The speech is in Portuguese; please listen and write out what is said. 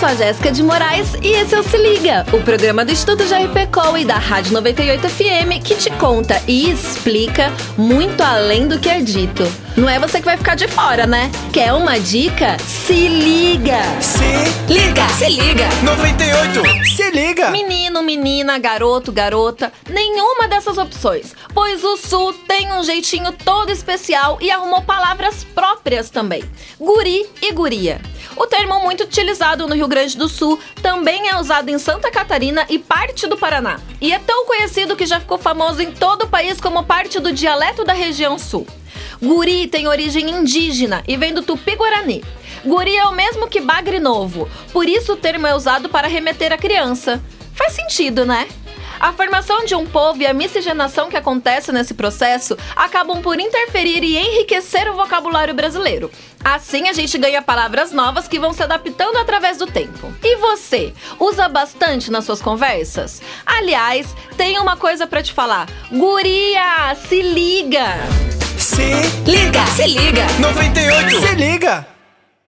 sou a Jéssica de Moraes e esse é o Se Liga, o programa do Instituto JRPCOL e da Rádio 98 FM que te conta e explica muito além do que é dito. Não é você que vai ficar de fora, né? Quer uma dica? Se liga! Se liga! Se liga! 98! Se liga! Menino, menina, garoto, garota, nenhuma dessas opções, pois o Sul tem um jeitinho todo especial e arrumou palavras próprias também. Guri e guria. O termo muito utilizado no Rio Grande do Sul também é usado em Santa Catarina e parte do Paraná. E é tão conhecido que já ficou famoso em todo o país como parte do dialeto da região sul. Guri tem origem indígena e vem do Tupi-Guarani. Guri é o mesmo que bagre novo, por isso o termo é usado para remeter a criança. Faz sentido, né? A formação de um povo e a miscigenação que acontece nesse processo acabam por interferir e enriquecer o vocabulário brasileiro. Assim a gente ganha palavras novas que vão se adaptando através do tempo. E você, usa bastante nas suas conversas? Aliás, tem uma coisa pra te falar. Guria, se liga! Se liga! Se liga! 98! Se liga!